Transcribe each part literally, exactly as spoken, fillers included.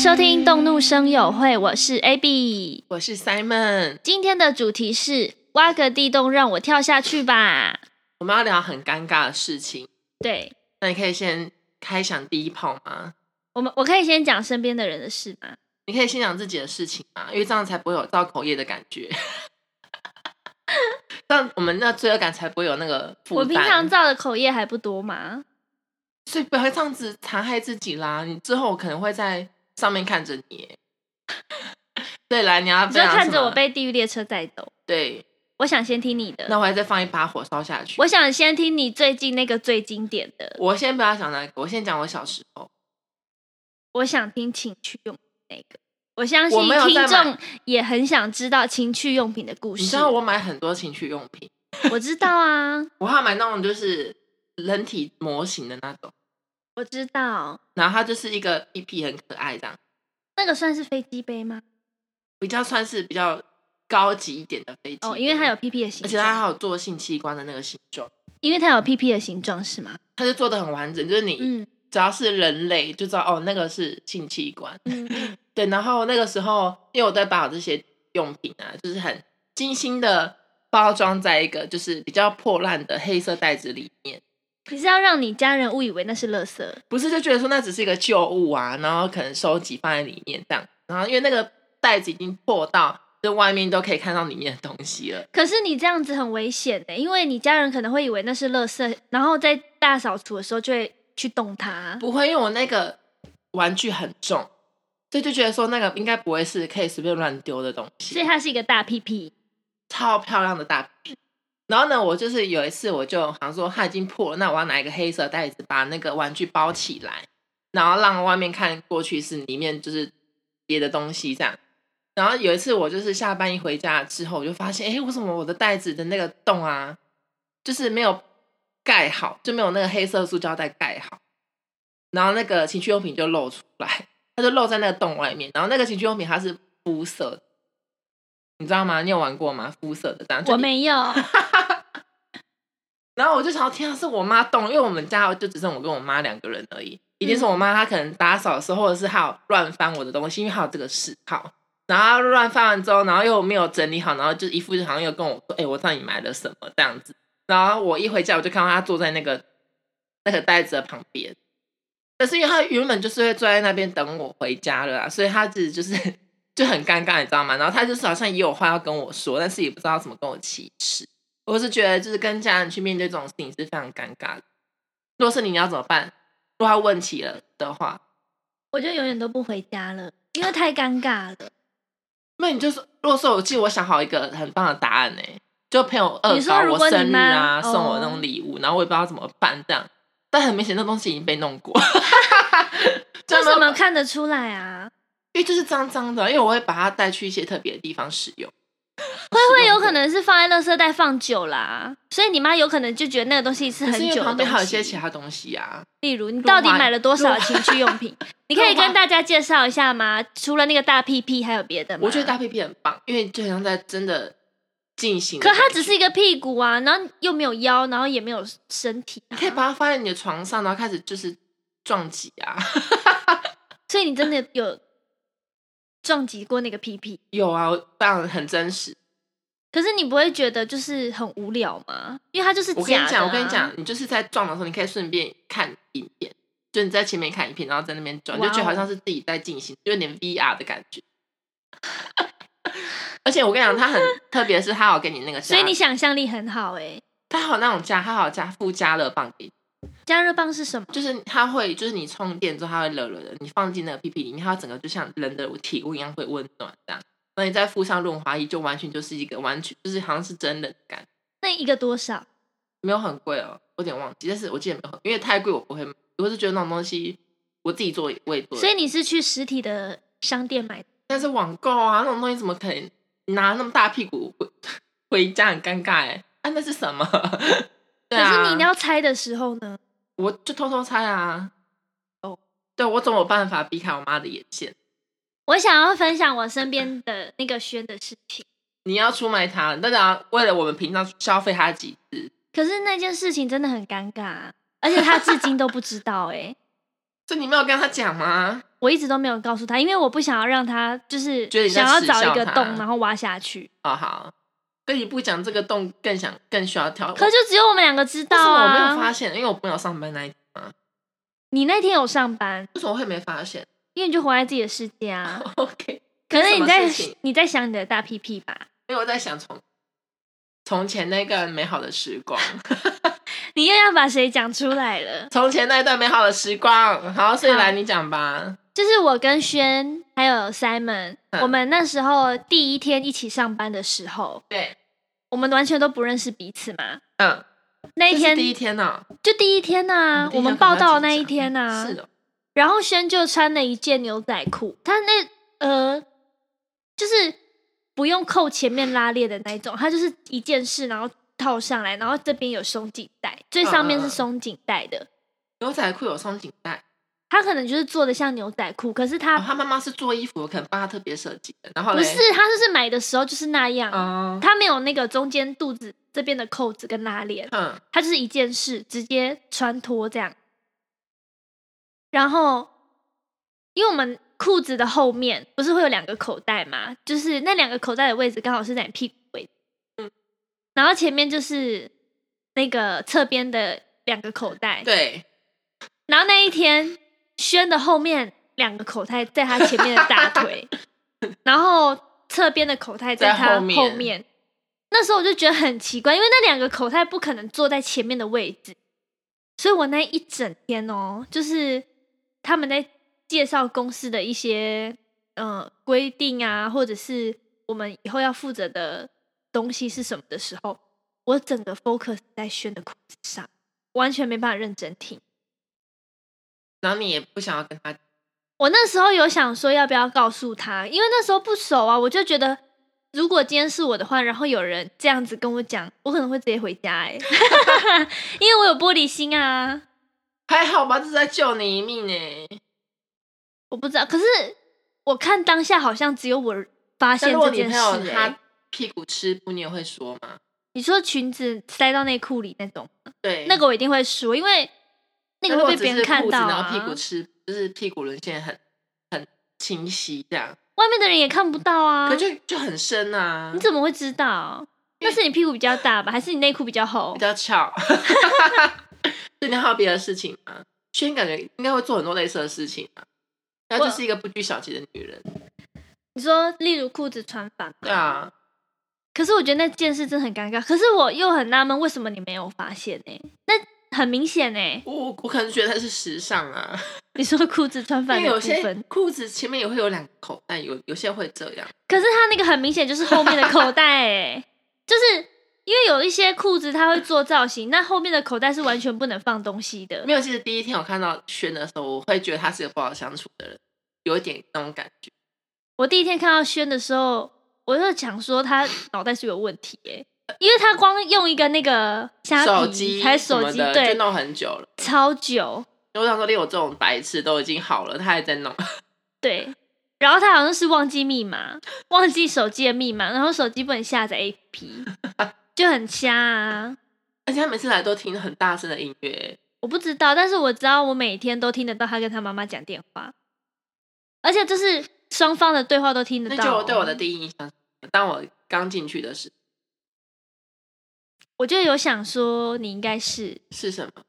收听动怒声友会，我是 Abby， 我是 Simon。 今天的主题是挖个地洞让我跳下去吧。 我们要聊很尴尬的事情。 对， 那你可以先开响第一炮吗？ 我们我可以先讲身边的人的事吗？ 你可以先讲自己的事情吗？因为这样才不会有造口业的感觉。这样我们那罪恶感才不会有那个负担。 我平常造的口业还不多吗？ 所以不要这样子残害自己啦！你之后我可能会在上面看着你。对，来，你要你就看着我被地狱列车载走。 对， 我想先听你的。 那我还再放一把火烧下去。 我想先听你最近那个最经典的。 我先不要讲那个，我先讲我小时候。 我想听情趣用品那个。我相信听众也很想知道情趣用品的故事。 你知道我买很多情趣用品。 我知道啊。 我还买那种就是人体模型的那种。 我知道。 然后它就是一个屁屁很可爱这样。 那个算是飞机杯吗？ 比较算是比较高级一点的飞机杯。 哦，因为它有屁屁的形状， 而且它还有做性器官的那个形状。 因为它有屁屁的形状是吗？ 它就做的很完整，就是你只要是人类就知道、嗯、哦，那个是性器官。嗯对，然后那个时候因为我在把我这些用品啊，就是很精心的包装在一个就是比较破烂的黑色袋子里面。 你是要让你家人误以为那是垃圾？ 不是，就觉得说那只是一个旧物啊，然后可能收集放在里面这样。然后因为那个袋子已经破到就外面都可以看到里面的东西了。 可是你这样子很危险的，因为你家人可能会以为那是垃圾，然后在大扫除的时候就会去动它。 不会，因为我那个玩具很重，所以就觉得说那个应该不会是可以随便乱丢的东西。 所以它是一个大屁屁， 超漂亮的大屁屁。然后呢，我就是有一次我就想说它已经破了，那我要拿一个黑色袋子把那个玩具包起来，然后让外面看过去是里面就是别的东西这样。然后有一次我就是下班一回家之后，我就发现哎，为什么我的袋子的那个洞啊就是没有盖好，就没有那个黑色塑胶袋盖好，然后那个情趣用品就露出来，它就露在那个洞外面。然后那个情趣用品它是肤色的，你知道吗？你有玩过吗？肤色的这样。 我没有。 然后我就想天啊，是我妈动，因为我们家就只剩我跟我妈两个人而已。一定是我妈她可能打扫的时候，或者是还有乱翻我的东西，因为还有这个嗜好。然后乱翻完之后，然后又没有整理好，然后就一副就好像又跟我说：“哎、欸，我知道你买了什么这样子。”然后我一回家，我就看到她坐在那个那个袋子的旁边。但是因为她原本就是会坐在那边等我回家了啦，所以她自己就是就很尴尬，你知道吗？然后她就是好像也有话要跟我说，但是也不知道怎么跟我启齿。我是觉得就是跟家人去面对这种事情是非常尴尬的。如果是你，你要怎么办？如果他问起了的话， 我就永远都不回家了，因为太尴尬了。 那你就是如果说我记得我想好一个很棒的答案呢，就朋友恶搞我生日啊，送我那种礼物，然后我也不知道怎么办这样。但很明显那东西已经被弄过。 为什么看得出来啊？ 因为就是脏脏的，因为我会把它带去一些特别的地方使用。 会会有可能是放在垃圾袋放久啦，所以你妈有可能就觉得那个东西是很久的东西。 可是因为旁边还有一些其他东西啊， 例如你到底买了多少情趣用品？你可以跟大家介绍一下吗？除了那个大屁屁，还有别的吗？ 我觉得大屁屁很棒，因为就好像在真的进行。 可它只是一个屁股啊，然后又没有腰，然后也没有身体、啊。 你可以把它放在你的床上，然后开始就是撞击啊。 所以你真的有撞击过那个屁屁？ 有啊，非常很真实。 可是你不会觉得就是很无聊吗？因为它就是假的、啊。 我跟你讲，我跟你讲，你就是在撞的时候，你可以顺便看影片，就你在前面看影片，然后在那边撞， wow. 就觉得好像是自己在进行，就有点 V R 的感觉。而且我跟你讲，它很特别，是它有给你那个， 所以你想象力很好哎、欸。 它还有那种加，它还有加附加热棒给你。 加热棒是什么？ 就是它会，就是你充电之后，它会热热的，你放进那个屁屁里面，它整个就像人的体温一样会温暖这样。那你再附上润滑液，就完全就是一个完全就是好像是真人的感觉。 那一个多少？ 没有很贵哦，我有点忘记，但是我记得没有很，因为太贵我不会买。我是觉得那种东西我自己做我也做。 所以你是去实体的商店买的？ 但是网购啊，那种东西怎么可能拿那么大屁股回家，很尴尬哎！啊，那是什么？对啊、 可是你要拆的时候呢？ 我就偷偷拆啊。 哦， 对，我总有办法避开我妈的眼线。 我想要分享我身边的那个轩的事情。 你要出卖他，当然为了我们平常消费他几次。 可是那件事情真的很尴尬，而且他至今都不知道哎、欸。 这你没有跟他讲吗？ 我一直都没有告诉他，因为我不想要让他就是想要找一个洞然后挖下去。 哦好，跟你不讲这个洞更想更需要跳。 可就只有我们两个知道啊。 为什么我没有发现？因为我没有上班那一天啊。 你那天有上班？ 为什么会没发现？ 因为你就活在自己的世界啊。 OK。 可能你在你在想你的大屁屁吧？ 因为我在想从从前那个美好的时光。 你又要把谁讲出来了？ 从前那段美好的时光。好，所以来你讲吧。 就是我跟轩还有 Simon、嗯、我们那时候第一天一起上班的时候， 对， 我们完全都不认识彼此嘛。 嗯， 那一天第一天呢、啊， 就第一天啊，我们报道的那一天啊。 是的。 然后轩就穿了一件牛仔裤，他那呃就是不用扣前面拉链的那一种，他就是一件式，然后套上来，然后这边有松紧带，最上面是松紧带的。 嗯嗯嗯牛仔裤有松紧带。 他可能就是做的像牛仔裤，可是他、 哦、他妈妈是做衣服，可能帮他特别设计的。然后不是，他就是买的时候就是那样， 嗯、 他没有那个中间肚子这边的扣子跟拉链， 嗯， 他就是一件式直接穿脱这样。然后，因为我们裤子的后面不是会有两个口袋嘛，就是那两个口袋的位置刚好是在你屁股位置，嗯，然后前面就是那个侧边的两个口袋， 对。 然后那一天。轩的后面两个口袋在他前面的大腿，然后侧边的口袋在他后面。后面那时候我就觉得很奇怪，因为那两个口袋不可能坐在前面的位置，所以我那一整天哦，就是他们在介绍公司的一些呃规定啊，或者是我们以后要负责的东西是什么的时候，我整个 focus 在轩的裤子上，完全没办法认真听。 然后你也不想要跟他， 我那时候有想说要不要告诉他，因为那时候不熟啊，我就觉得如果今天是我的话，然后有人这样子跟我讲，我可能会直接回家哎、欸，因为我有玻璃心啊。 还好吧，这是在救你一命哎。 我不知道，可是我看当下好像只有我发现这件事、欸。 如果你朋友他屁股吃布，你也会说吗？ 你说裙子塞到内裤里那种， 对， 那个我一定会说，因为。那个会被别人看到、啊、 然后屁股吃，就是屁股沦陷很很清晰这样， 外面的人也看不到啊。 可就就很深啊。 你怎么会知道？那是你屁股比较大吧，还是你内裤比较厚？ 比较翘。所以你还有别的事情吗？轩感觉应该会做很多类似的事情啊。她就是一个不拘小节的女人。 你说，例如裤子穿反？ 对啊。 可是我觉得那件事真的很尴尬。可是我又很纳闷，为什么你没有发现呢、欸？那很明显哎， 我我可能觉得它是时尚啊。 你说裤子穿反的部分， 有些裤子前面也会有两个口袋，有有些会这样。 可是它那个很明显就是后面的口袋哎，就是因为有一些裤子它会做造型，那后面的口袋是完全不能放东西的。 没有，其实第一天我看到轩的时候，我会觉得他是个不好相处的人，有一点那种感觉。 我第一天看到轩的时候，我就想说他脑袋是有问题哎。因为他光用一个那个虾皮还手机，对， 就弄很久了， 超久。 我想说，连我这种白痴都已经好了，他还在弄。 对，然后他好像是忘记密码，忘记手机的密码，然后手机不能下载 A P P， 就很瞎啊。 而且他每次来都听很大声的音乐， 我不知道，但是我知道我每天都听得到他跟他妈妈讲电话，而且就是双方的对话都听得到、哦。 那就我对我的第一印象，当我刚进去的时候。 我就有想说，你应该是是什么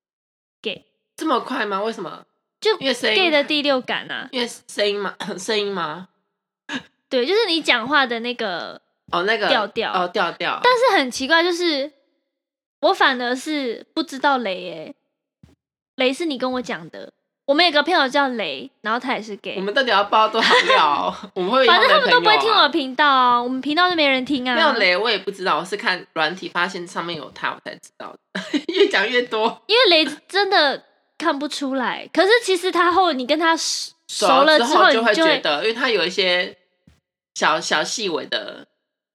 gay？ 这么快吗？为什么？ 就因为 gay 的第六感啊， 因为声音吗？声音吗？ 对，就是你讲话的那个哦，那个调调哦，调调。 但是很奇怪，就是我反而是不知道雷诶，雷是你跟我讲的。我们有个朋友叫雷，然后他也是 gay。 我们到底要爆多少料？我们会、啊、 反正他们都不会听我的频道啊，我们频道就没人听啊。 没有雷，我也不知道，我是看软体发现上面有他，我才知道的。越讲越多， 因为雷真的看不出来，可是其实他后你跟他熟了之后， 就会觉得，因为他有一些小小细微的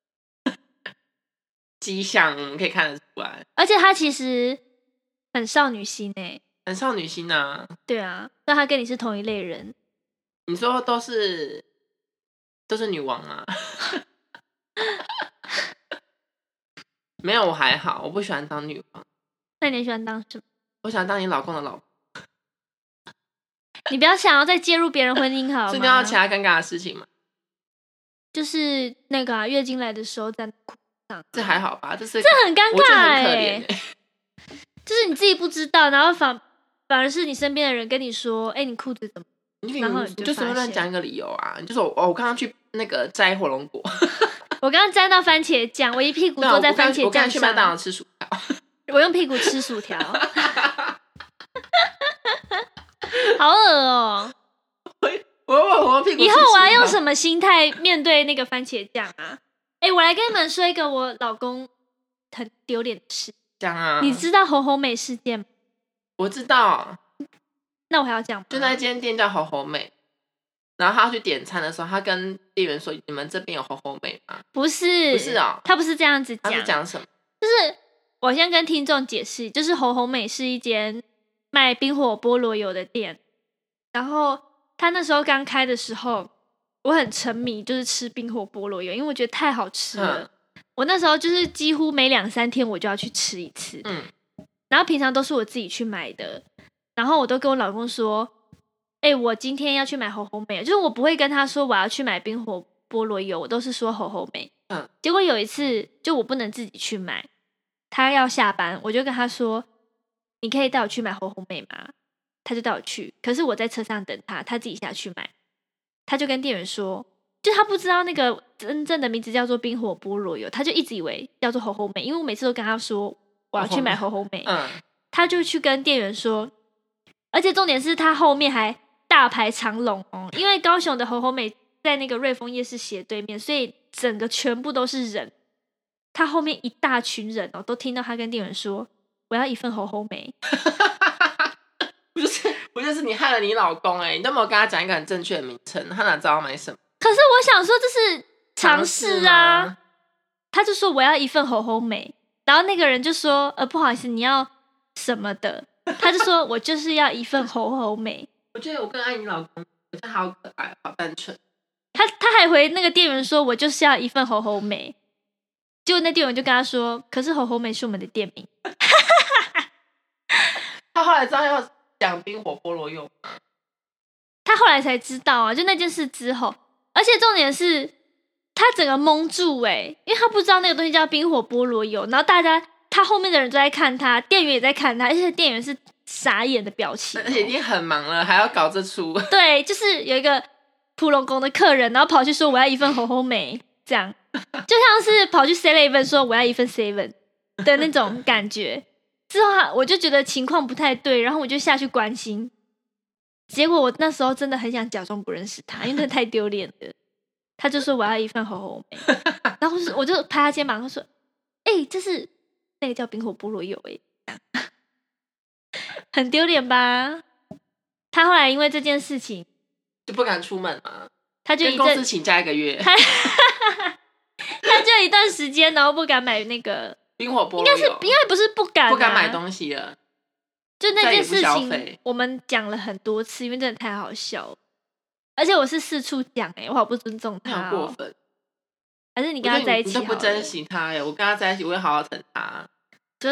迹象，我们可以看得出来。 而且他其实很少女心诶、欸。 很少女心啊。 对啊，那他跟你是同一类人。 你说都是都是女王啊？没有，我还好，我不喜欢当女王。 那你喜欢当什么？ 我想当你老公的老婆。 你不要想要再介入别人婚姻好吗？ 所以你要其他尴尬的事情吗？ 就是那个、啊、月经来的时候在裤上、啊， 这还好吧？这是这很尴尬哎、 欸， 就是你自己不知道，然后反反而是你身边的人跟你说，哎、欸，你裤子怎么？ 你然后你就随便乱讲一个理由啊！你就说哦，我刚刚去那个摘火龙果， 我刚刚摘到番茄酱，我一屁股坐在番茄酱上。 我刚去麦当劳吃薯条， 我用屁股吃薯条，好恶哦、 喔！我我我屁股。 以后我要用什么心态面对那个番茄酱啊？哎、欸，我来跟你们说一个我老公很丢脸的事。 讲啊！ 你知道猴猴美事件吗？ 我知道。 那我还要讲吗？ 就那间店叫猴猴美，然后他要去点餐的时候，他跟店员说：“你们这边有猴猴美吗？” 不是， 不是哦， 他不是这样子讲。 他是讲什么？ 就是我先跟听众解释，就是猴猴美是一间卖冰火菠萝油的店，然后他那时候刚开的时候，我很沉迷，就是吃冰火菠萝油，因为我觉得太好吃了。嗯、我那时候就是几乎每两三天我就要去吃一次，嗯，然后平常都是我自己去买的。然后我都跟我老公说，哎、欸，我今天要去买猴猴美，就是我不会跟他说我要去买冰火菠萝油，我都是说猴猴美。嗯，结果有一次，就我不能自己去买，他要下班，我就跟他说，你可以带我去买猴猴美吗？他就带我去，可是我在车上等他，他自己下去买。他就跟店员说，就他不知道那个真正的名字叫做冰火菠萝油，他就一直以为叫做猴猴美，因为我每次都跟他说我要去买猴猴美，嗯，他就去跟店员说。而且重点是他后面还大排长龙哦，因为高雄的猴猴美在那个瑞丰夜市斜对面，所以整个全部都是人。他后面一大群人哦，都听到他跟店员说：“我要一份猴猴美。” 不是，不就是你害了你老公哎、欸！你都没有跟他讲一个很正确的名称，他哪知道要买什么？ 可是我想说这是尝试啊，他就说我要一份猴猴美，然后那个人就说：“呃，不好意思，你要什么的？”他就说我就是要一份猴猴美。 我觉得我更爱你老公，我觉得好可爱，好单纯。 他他还回那个店员说，我就是要一份猴猴美。结果那店员就跟他说，可是猴猴美是我们的店名。 他后来知道要讲冰火菠萝油吗？ 他后来才知道啊，就那件事之后，而且重点是他整个蒙住哎、欸，因为他不知道那个东西叫冰火菠萝油，然后大家。他后面的人都在看他，店员也在看他，而且店员是傻眼的表情、哦， 而且已经很忙了，还要搞这出。 对，就是有一个普龙宫的客人，然后跑去说我要一份猴猴美，这样就像是跑去 seven 说我要一份 seven 的那种感觉。之后我就觉得情况不太对，然后我就下去关心。结果我那时候真的很想假装不认识他，因为真的太丢脸了。他就说我要一份猴猴美，然后我就拍他肩膀，他说：“哎、欸，这是。”那个叫冰火菠萝油哎、欸，很丢脸吧？他后来因为这件事情就不敢出门嘛， 他就跟公司请假一个月， 他, 他就一段时间，然后不敢买那个冰火菠萝油， 应该是应该不是不敢、啊， 不敢买东西了。 就那件事情，我们讲了很多次，因为真的太好笑了，而且我是四处讲哎、欸，我好不尊重他、哦， 好过分。 还是你跟他在一起好了， 你都不珍惜他哎！我跟他在一起，我会好好疼他。 就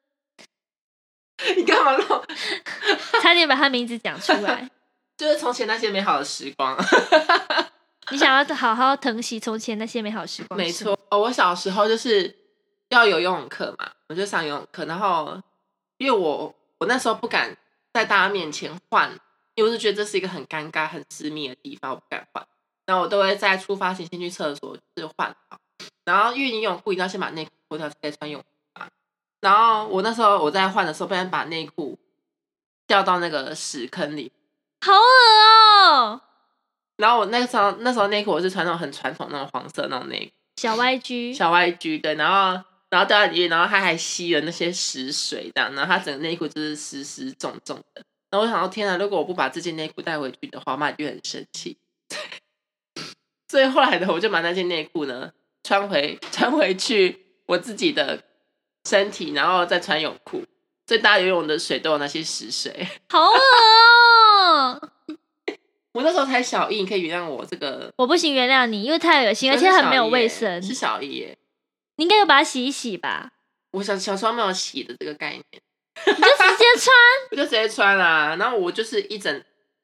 你干嘛弄？ 差点把他名字讲出来。 就是从前那些美好的时光。 你想要好好疼惜从前那些美好的时光。 没错，哦，我小时候就是要有游泳课嘛，我就上游泳课，然后因为我我那时候不敢在大家面前换，因为我就觉得这是一个很尴尬、很私密的地方，我不敢换。然后我都会在出发前先去厕所就是换好，然后因为你泳裤一定要先把内裤脱掉才可以穿泳裤嘛。然后我那时候我在换的时候，不然把内裤掉到那个屎坑里， 好恶哦！ 然后我那个时候那时候内裤我是穿那种很传统那种黄色那种内裤， 小 Y G 小 Y G 对，然后然后掉在里面，然后它还吸了那些屎水，这样，然后它整个内裤就是湿湿重重的。然后我想到天啊，如果我不把这件内裤带回去的话，我妈就很生气。所以后来呢，我就把那件内裤呢穿回穿回去我自己的身体，然后再穿泳裤。所以大家游泳的水都有那些屎水， 好恶哦！ 我那时候才小一，你可以原谅我这个？ 我不行原谅你，因为太恶心，而且很没有卫生。 是小一耶， 你应该有把它洗一洗吧？ 我小小时候没有洗的这个概念， 你就直接穿， 我就直接穿啦、啊。然后我就是一整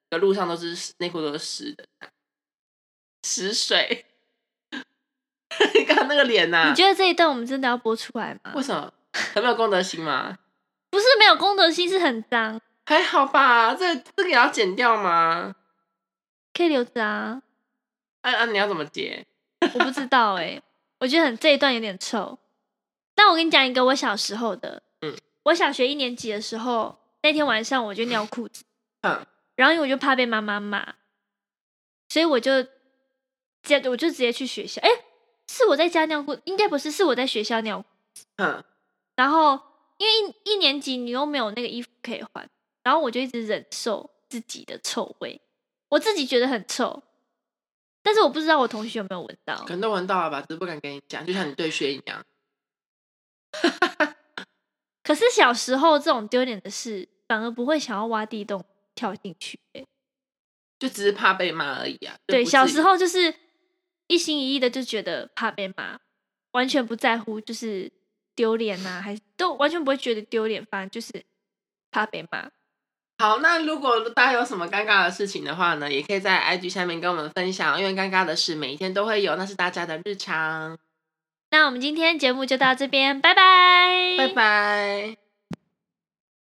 的路上都是内裤都是湿的，湿水。你刚刚那个脸呐、啊？ 你觉得这一段我们真的要播出来吗？ 为什么？很没有公德心吗？ 不是没有公德心，是很脏。 还好吧，这这个也要剪掉吗？ 可以留着啊。 啊啊！你要怎么接？ 我不知道哎、欸，我觉得很这一段有点臭。但我跟你讲一个我小时候的，嗯，我小学一年级的时候，那天晚上我就尿裤子，嗯，然后因为我就怕被妈妈骂，所以我就接我就直接去学校。哎、欸，是我在家尿裤，应该不是，是我在学校尿裤子。嗯，然后因为一一年级你又没有那个衣服可以换，然后我就一直忍受自己的臭味，我自己觉得很臭。但是我不知道我同学有没有闻到， 可能都闻到了吧，只是不敢跟你讲，就像你对靴一样。 可是小时候这种丢脸的事，反而不会想要挖地洞跳进去、欸， 就只是怕被骂而已啊。 对，小时候就是一心一意的就觉得怕被骂，完全不在乎就是丢脸啊，还是都完全不会觉得丢脸，反正就是怕被骂。 好，那如果大家有什么尴尬的事情的话呢，也可以在 I G 下面跟我们分享，因为尴尬的事每一天都会有，那是大家的日常。 那我们今天节目就到这边，拜拜， 拜拜。